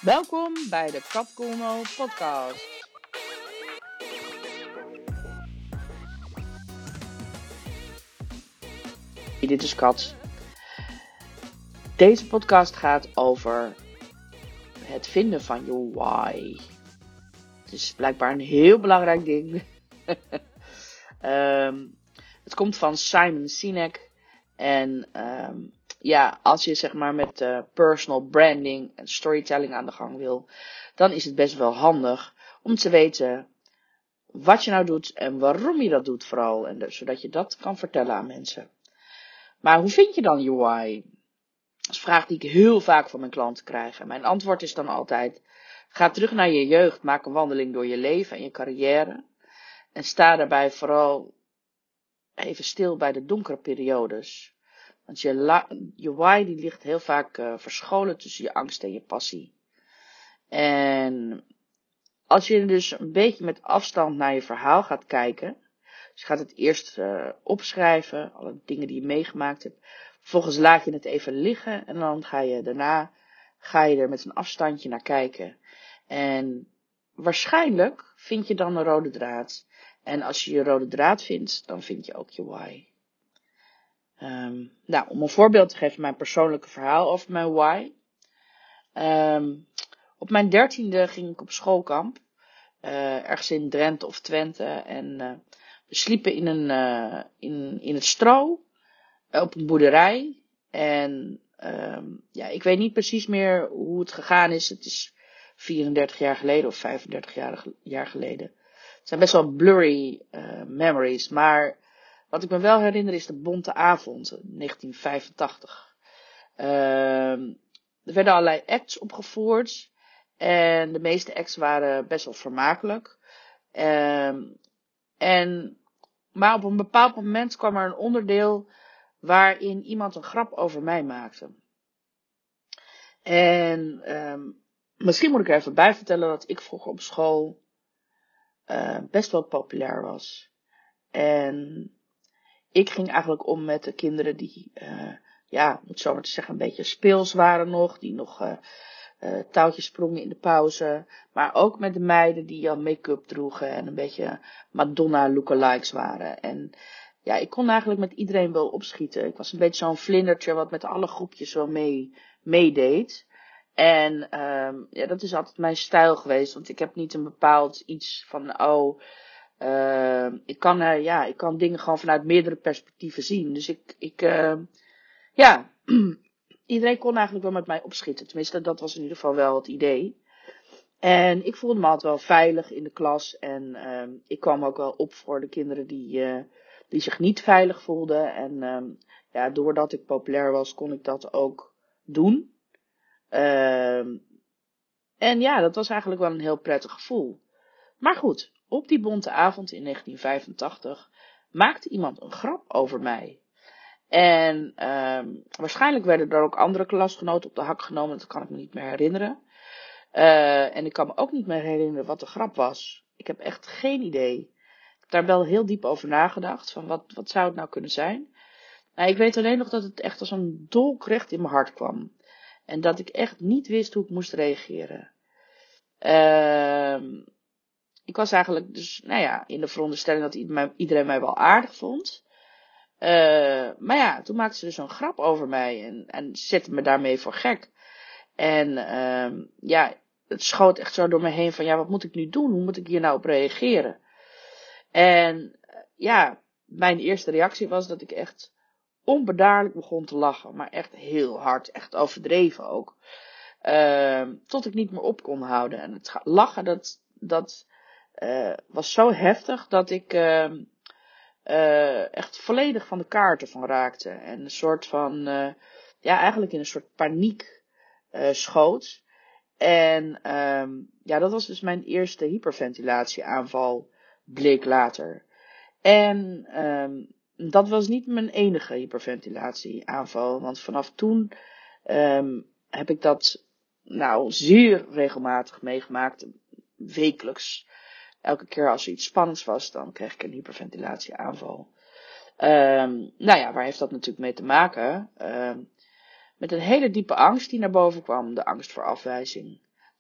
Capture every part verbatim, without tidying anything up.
Welkom bij de Capcoolmo podcast. Dit is Kat. Deze podcast gaat over het vinden van je why. Het is blijkbaar een heel belangrijk ding. um, het komt van Simon Sinek. En um, ja, als je zeg maar met uh, personal branding en storytelling aan de gang wil, dan is het best wel handig om te weten wat je nou doet en waarom je dat doet vooral. En dus, zodat je dat kan vertellen aan mensen. Maar hoe vind je dan je why? Dat is een vraag die ik heel vaak van mijn klanten krijg. En mijn antwoord is dan altijd: ga terug naar je jeugd, maak een wandeling door je leven en je carrière. En sta daarbij vooral even stil bij de donkere periodes. Want je, la- je why die ligt heel vaak uh, verscholen tussen je angst en je passie. En als je dus een beetje met afstand naar je verhaal gaat kijken. Dus je gaat het eerst uh, opschrijven, alle dingen die je meegemaakt hebt. Vervolgens laat je het even liggen en dan ga je daarna ga je er met een afstandje naar kijken. En waarschijnlijk vind je dan een rode draad. En als je je rode draad vindt, dan vind je ook je why. Um, nou, om een voorbeeld te geven, mijn persoonlijke verhaal over mijn why. Um, op mijn dertiende ging ik op schoolkamp. Uh, ergens in Drenthe of Twente. En uh, we sliepen in, een, uh, in, in het stro. Op een boerderij. En um, ja, ik weet niet precies meer hoe het gegaan is. Het is vierendertig jaar geleden of vijfendertig jaar, jaar geleden. Het zijn best wel blurry uh, memories. Maar wat ik me wel herinner is de Bonte Avond, negentien vijfentachtig. Uh, er werden allerlei acts opgevoerd. En de meeste acts waren best wel vermakelijk. Um, en, maar op een bepaald moment kwam er een onderdeel waarin iemand een grap over mij maakte. En um, misschien moet ik er even bij vertellen dat ik vroeger op school uh, best wel populair was. En ik ging eigenlijk om met de kinderen die, uh, ja, moet zo maar te zeggen, een beetje speels waren nog. Die nog uh, uh, touwtjes sprongen in de pauze. Maar ook met de meiden die al make-up droegen en een beetje Madonna lookalikes waren. En ja, ik kon eigenlijk met iedereen wel opschieten. Ik was een beetje zo'n vlindertje wat met alle groepjes wel mee, meedeed. En um, ja, dat is altijd mijn stijl geweest. Want ik heb niet een bepaald iets van, oh, uh, ik kan, uh, ja, ik kan dingen gewoon vanuit meerdere perspectieven zien. Dus ik, ik, uh, ja, iedereen kon eigenlijk wel met mij opschieten. Tenminste, dat was in ieder geval wel het idee. En ik voelde me altijd wel veilig in de klas. En uh, ik kwam ook wel op voor de kinderen die, uh, die zich niet veilig voelden. En uh, ja, doordat ik populair was, kon ik dat ook doen. Uh, en ja, dat was eigenlijk wel een heel prettig gevoel. Maar goed, op die Bonte Avond in negentien vijfentachtig maakte iemand een grap over mij. En um, waarschijnlijk werden er ook andere klasgenoten op de hak genomen, dat kan ik me niet meer herinneren. Uh, en ik kan me ook niet meer herinneren wat de grap was. Ik heb echt geen idee. Ik heb daar wel heel diep over nagedacht, van wat, wat zou het nou kunnen zijn. Nou, ik weet alleen nog dat het echt als een dolk recht in mijn hart kwam. En dat ik echt niet wist hoe ik moest reageren. Uh, ik was eigenlijk dus, nou ja, in de veronderstelling dat iedereen mij wel aardig vond. Uh, maar ja, toen maakte ze dus een grap over mij en, en zette me daarmee voor gek. En uh, ja, het schoot echt zo door me heen van, ja, wat moet ik nu doen? Hoe moet ik hier nou op reageren? En uh, ja, mijn eerste reactie was dat ik echt onbedaarlijk begon te lachen. Maar echt heel hard, echt overdreven ook. Uh, tot ik niet meer op kon houden. En het lachen, dat, dat uh, was zo heftig dat ik uh, uh, echt volledig van de kaarten van raakte. En een soort van, uh, ja, eigenlijk in een soort paniek uh, schoot. En um, ja, dat was dus mijn eerste hyperventilatieaanval, bleek later. En um, dat was niet mijn enige hyperventilatieaanval, want vanaf toen um, heb ik dat nou zeer regelmatig meegemaakt, wekelijks. Elke keer als er iets spannends was, dan kreeg ik een hyperventilatieaanval. Um, nou ja, waar heeft dat natuurlijk mee te maken? Um, met een hele diepe angst die naar boven kwam, de angst voor afwijzing.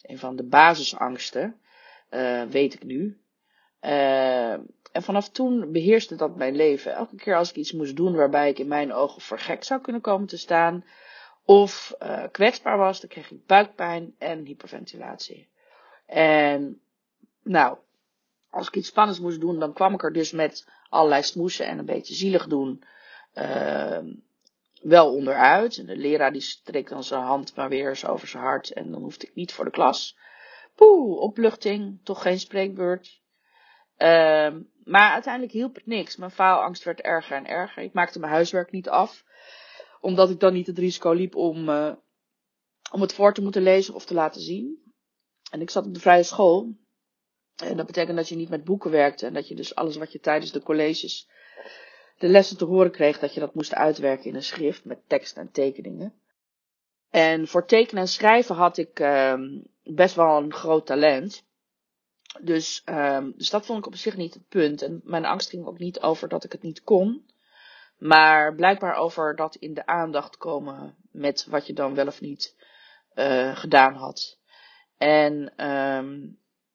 een van de basisangsten, uh, weet ik nu. Uh, en vanaf toen beheerste dat mijn leven. Elke keer als ik iets moest doen waarbij ik in mijn ogen voor gek zou kunnen komen te staan, of uh, kwetsbaar was, dan kreeg ik buikpijn en hyperventilatie. En nou, als ik iets spannends moest doen, dan kwam ik er dus met allerlei smoesen en een beetje zielig doen uh, wel onderuit. En de leraar die streek dan zijn hand maar weer eens over zijn hart en dan hoefde ik niet voor de klas. Poeh, opluchting, toch geen spreekbeurt. Uh, maar uiteindelijk hielp het niks. Mijn faalangst werd erger en erger. Ik maakte mijn huiswerk niet af, omdat ik dan niet het risico liep om, uh, om het voor te moeten lezen of te laten zien. En ik zat op de vrije school. En dat betekent dat je niet met boeken werkte. En dat je dus alles wat je tijdens de colleges, de lessen te horen kreeg, dat je dat moest uitwerken in een schrift met tekst en tekeningen. En voor tekenen en schrijven had ik uh, best wel een groot talent. Dus, um, dus dat vond ik op zich niet het punt. En mijn angst ging ook niet over dat ik het niet kon. Maar blijkbaar over dat in de aandacht komen met wat je dan wel of niet uh, gedaan had. En um,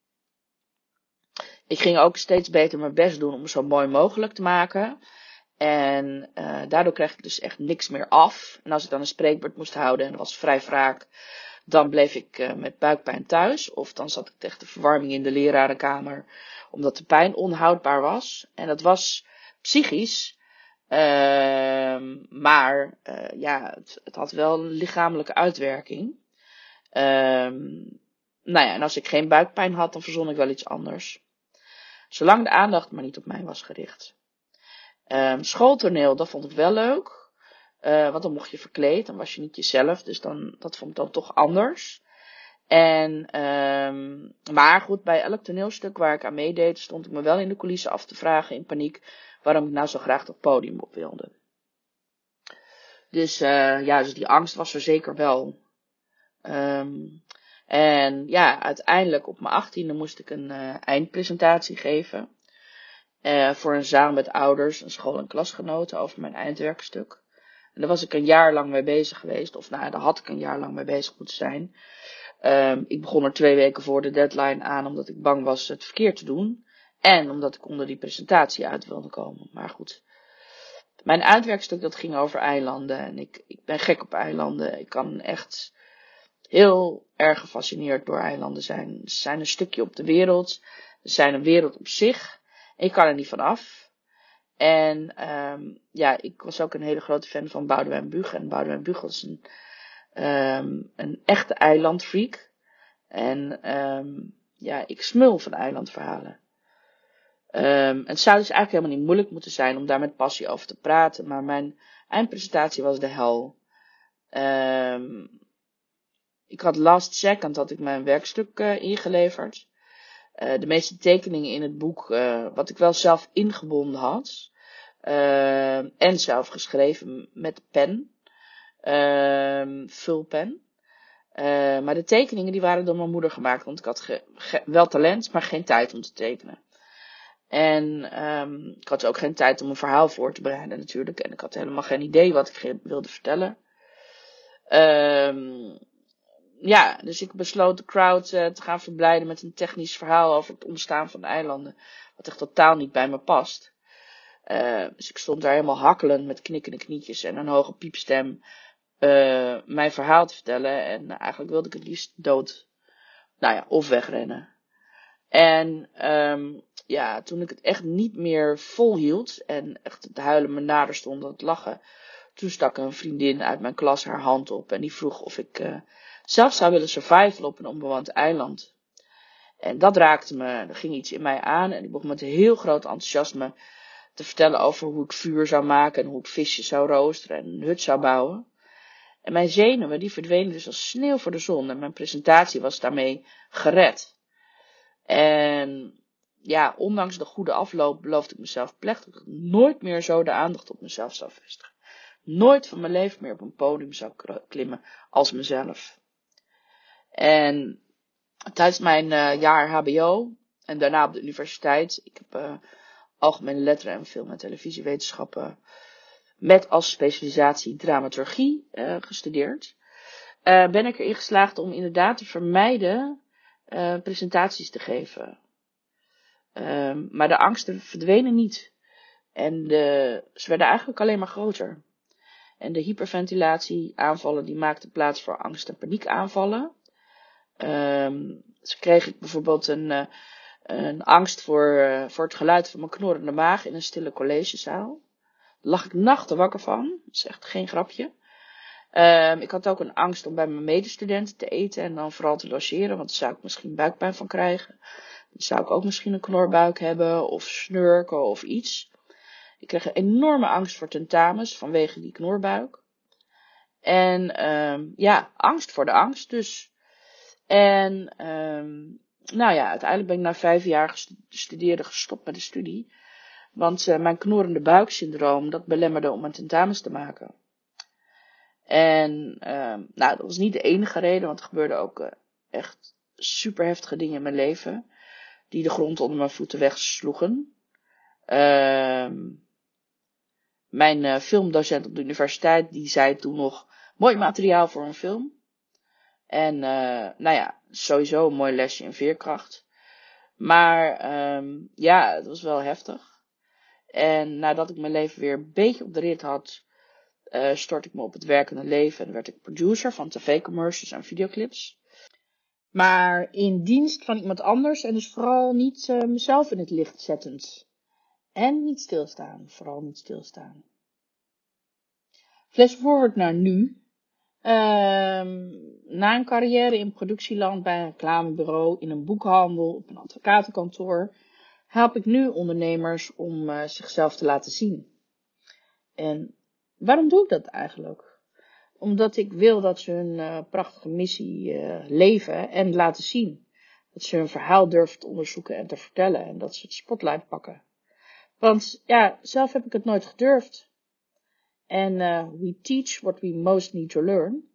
ik ging ook steeds beter mijn best doen om het zo mooi mogelijk te maken. En uh, daardoor kreeg ik dus echt niks meer af. En als ik dan een spreekbeurt moest houden en dat was vrij vaak, dan bleef ik uh, met buikpijn thuis. Of dan zat ik tegen de verwarming in de lerarenkamer, omdat de pijn onhoudbaar was. En dat was psychisch. Uh, maar uh, ja, het, het had wel een lichamelijke uitwerking. Uh, nou ja, en als ik geen buikpijn had, dan verzon ik wel iets anders. Zolang de aandacht maar niet op mij was gericht. Um, schooltoneel, dat vond ik wel leuk. Uh, want dan mocht je verkleed, dan was je niet jezelf. Dus dan, dat vond ik dan toch anders. En, um, maar goed, bij elk toneelstuk waar ik aan meedeed, stond ik me wel in de coulissen af te vragen in paniek waarom ik nou zo graag dat podium op wilde. Dus uh, ja, dus die angst was er zeker wel. Um, en ja, uiteindelijk op mijn achttiende moest ik een uh, eindpresentatie geven. Uh, voor een zaal met ouders, een school- en klasgenoten over mijn eindwerkstuk. En daar was ik een jaar lang mee bezig geweest. Of nou, daar had ik een jaar lang mee bezig moeten zijn. Um, ik begon er twee weken voor de deadline aan, omdat ik bang was het verkeerd te doen. En omdat ik onder die presentatie uit wilde komen. Maar goed. Mijn eindwerkstuk, dat ging over eilanden. En ik, ik ben gek op eilanden. Ik kan echt heel erg gefascineerd door eilanden zijn. Ze zijn een stukje op de wereld. Ze zijn een wereld op zich. En je kan er niet van af. En um, ja, ik was ook een hele grote fan van Boudewijn Buug. En Boudewijn Buug was een, um, een echte eilandfreak. En um, ja, ik smul van eilandverhalen. Um, het zou dus eigenlijk helemaal niet moeilijk moeten zijn om daar met passie over te praten. Maar mijn eindpresentatie was de hel. Um, ik had last second had ik mijn werkstuk uh, ingeleverd. Uh, de meeste tekeningen in het boek, uh, wat ik wel zelf ingebonden had. Uh, en zelf geschreven met pen. Uh, vulpen. Uh, maar de tekeningen die waren door mijn moeder gemaakt. Want ik had ge- ge- wel talent, maar geen tijd om te tekenen. En um, ik had ook geen tijd om een verhaal voor te bereiden natuurlijk. En ik had helemaal geen idee wat ik ge- wilde vertellen. Um, ja, dus ik besloot de crowd uh, te gaan verblijden met een technisch verhaal over het ontstaan van de eilanden. Wat echt totaal niet bij me past. Uh, dus ik stond daar helemaal hakkelend met knikkende knietjes en een hoge piepstem uh, mijn verhaal te vertellen. En uh, eigenlijk wilde ik het liefst dood, nou ja, of wegrennen. En um, ja, toen ik het echt niet meer volhield en echt het huilen me nader stond dan het lachen, toen stak een vriendin uit mijn klas haar hand op en die vroeg of ik uh, zelf zou willen survivalen op een onbewoond eiland. En dat raakte me, er ging iets in mij aan en ik begon met heel groot enthousiasme te vertellen over hoe ik vuur zou maken en hoe ik visjes zou roosteren en een hut zou bouwen. En mijn zenuwen die verdwenen dus als sneeuw voor de zon en mijn presentatie was daarmee gered. En ja, ondanks de goede afloop beloofde ik mezelf plechtig dat ik nooit meer zo de aandacht op mezelf zou vestigen. Nooit van mijn leven meer op een podium zou klimmen als mezelf. En tijdens mijn uh, jaar H B O en daarna op de universiteit, ik heb uh, algemene letteren en film- en televisiewetenschappen met als specialisatie dramaturgie uh, gestudeerd. uh, ben ik erin geslaagd om inderdaad te vermijden uh, presentaties te geven. Um, maar de angsten verdwenen niet. En de, ze werden eigenlijk alleen maar groter. En de hyperventilatieaanvallen die maakten plaats voor angst- en paniekaanvallen. Um, dus kreeg ik bijvoorbeeld een, uh, een angst voor, uh, voor het geluid van mijn knorrende maag in een stille collegezaal. Daar lag ik nachten wakker van. Dat is echt geen grapje. Um, ik had ook een angst om bij mijn medestudenten te eten en dan vooral te logeren, want daar zou ik misschien buikpijn van krijgen. Dan zou ik ook misschien een knorbuik hebben of snurken of iets. Ik kreeg een enorme angst voor tentamens vanwege die knorbuik. En um, ja, angst voor de angst dus. En um, nou ja, uiteindelijk ben ik na vijf jaar gestudeerde gestopt met de studie. Want uh, mijn knorrende buiksyndroom, dat belemmerde om mijn tentamens te maken. En um, nou, dat was niet de enige reden, want er gebeurden ook uh, echt super heftige dingen in mijn leven. Die de grond onder mijn voeten wegsloegen. Um, mijn uh, filmdocent op de universiteit, die zei toen nog, mooi materiaal voor een film. En uh, nou ja, sowieso een mooi lesje in veerkracht. Maar um, ja, het was wel heftig. En nadat ik mijn leven weer een beetje op de rit had, uh, stort ik me op het werkende leven en werd ik producer van tv-commercials en videoclips. Maar in dienst van iemand anders en dus vooral niet uh, mezelf in het licht zettend. En niet stilstaan, vooral niet stilstaan. Flash forward naar nu. Um, na een carrière in productieland bij een reclamebureau, in een boekhandel, op een advocatenkantoor, help ik nu ondernemers om uh, zichzelf te laten zien. En waarom doe ik dat eigenlijk? Omdat ik wil dat ze hun uh, prachtige missie uh, leven en laten zien. Dat ze hun verhaal durven te onderzoeken en te vertellen en dat ze het spotlight pakken. Want ja, zelf heb ik het nooit gedurfd. En uh, we teach what we most need to learn.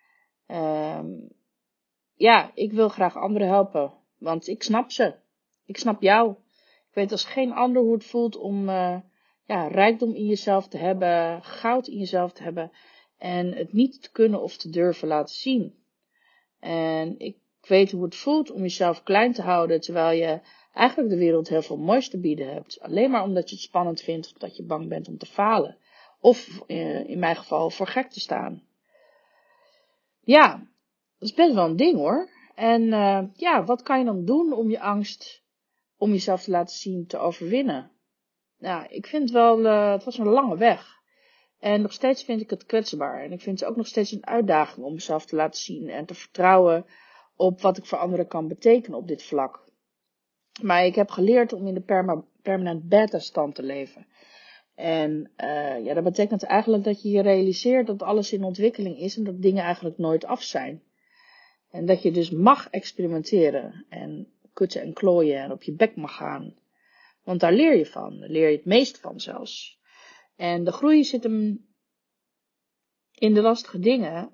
Um, ja, ik wil graag anderen helpen. Want ik snap ze. Ik snap jou. Ik weet als geen ander hoe het voelt om uh, ja, rijkdom in jezelf te hebben. Goud in jezelf te hebben. En het niet te kunnen of te durven laten zien. En ik weet hoe het voelt om jezelf klein te houden. Terwijl je eigenlijk de wereld heel veel moois te bieden hebt. Alleen maar omdat je het spannend vindt. Of dat je bang bent om te falen. Of uh, in mijn geval voor gek te staan. Ja, dat is best wel een ding hoor. En uh, ja, wat kan je dan doen om je angst, om jezelf te laten zien, te overwinnen? Nou, ik vind wel, uh, het was een lange weg. En nog steeds vind ik het kwetsbaar. En ik vind het ook nog steeds een uitdaging om mezelf te laten zien. En te vertrouwen op wat ik voor anderen kan betekenen op dit vlak. Maar ik heb geleerd om in de perma- permanent beta-stand te leven. En uh, ja, dat betekent eigenlijk dat je je realiseert dat alles in ontwikkeling is. En dat dingen eigenlijk nooit af zijn. En dat je dus mag experimenteren. En kutten en klooien en op je bek mag gaan. Want daar leer je van. Daar leer je het meest van zelfs. En de groei zit hem in de lastige dingen.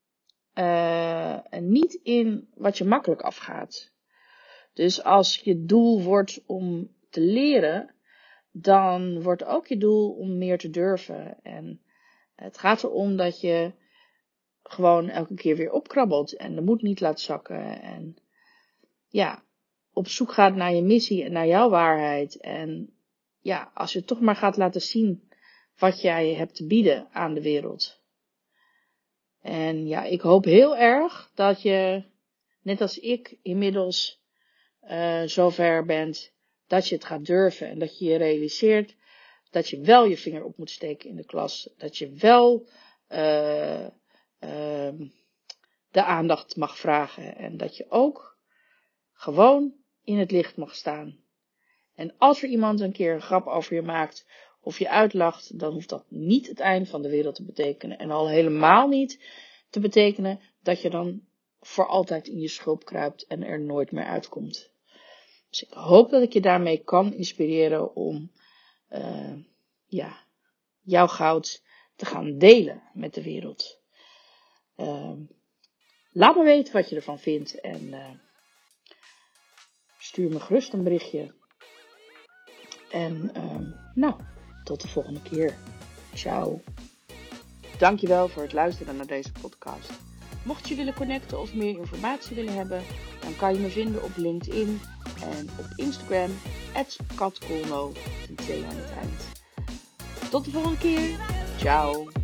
Uh, en niet in wat je makkelijk afgaat. Dus als je doel wordt om te leren, dan wordt ook je doel om meer te durven. En het gaat erom dat je gewoon elke keer weer opkrabbelt en de moed niet laat zakken. En ja, op zoek gaat naar je missie en naar jouw waarheid. En ja, als je toch maar gaat laten zien wat jij hebt te bieden aan de wereld. En ja, ik hoop heel erg dat je, net als ik, inmiddels uh, zover bent dat je het gaat durven. En dat je je realiseert dat je wel je vinger op moet steken in de klas. Dat je wel uh, uh, de aandacht mag vragen. En dat je ook gewoon in het licht mag staan. En als er iemand een keer een grap over je maakt of je uitlacht, dan hoeft dat niet het einde van de wereld te betekenen. En al helemaal niet te betekenen dat je dan voor altijd in je schulp kruipt en er nooit meer uitkomt. Dus ik hoop dat ik je daarmee kan inspireren om uh, ja, jouw goud te gaan delen met de wereld. Uh, laat me weten wat je ervan vindt en uh, stuur me gerust een berichtje. En uh, nou, tot de volgende keer. Ciao. Dankjewel voor het luisteren naar deze podcast. Mocht je willen connecten of meer informatie willen hebben, dan kan je me vinden op LinkedIn en op Instagram, at katkolno, met een T aan het eind. Tot de volgende keer. Ciao.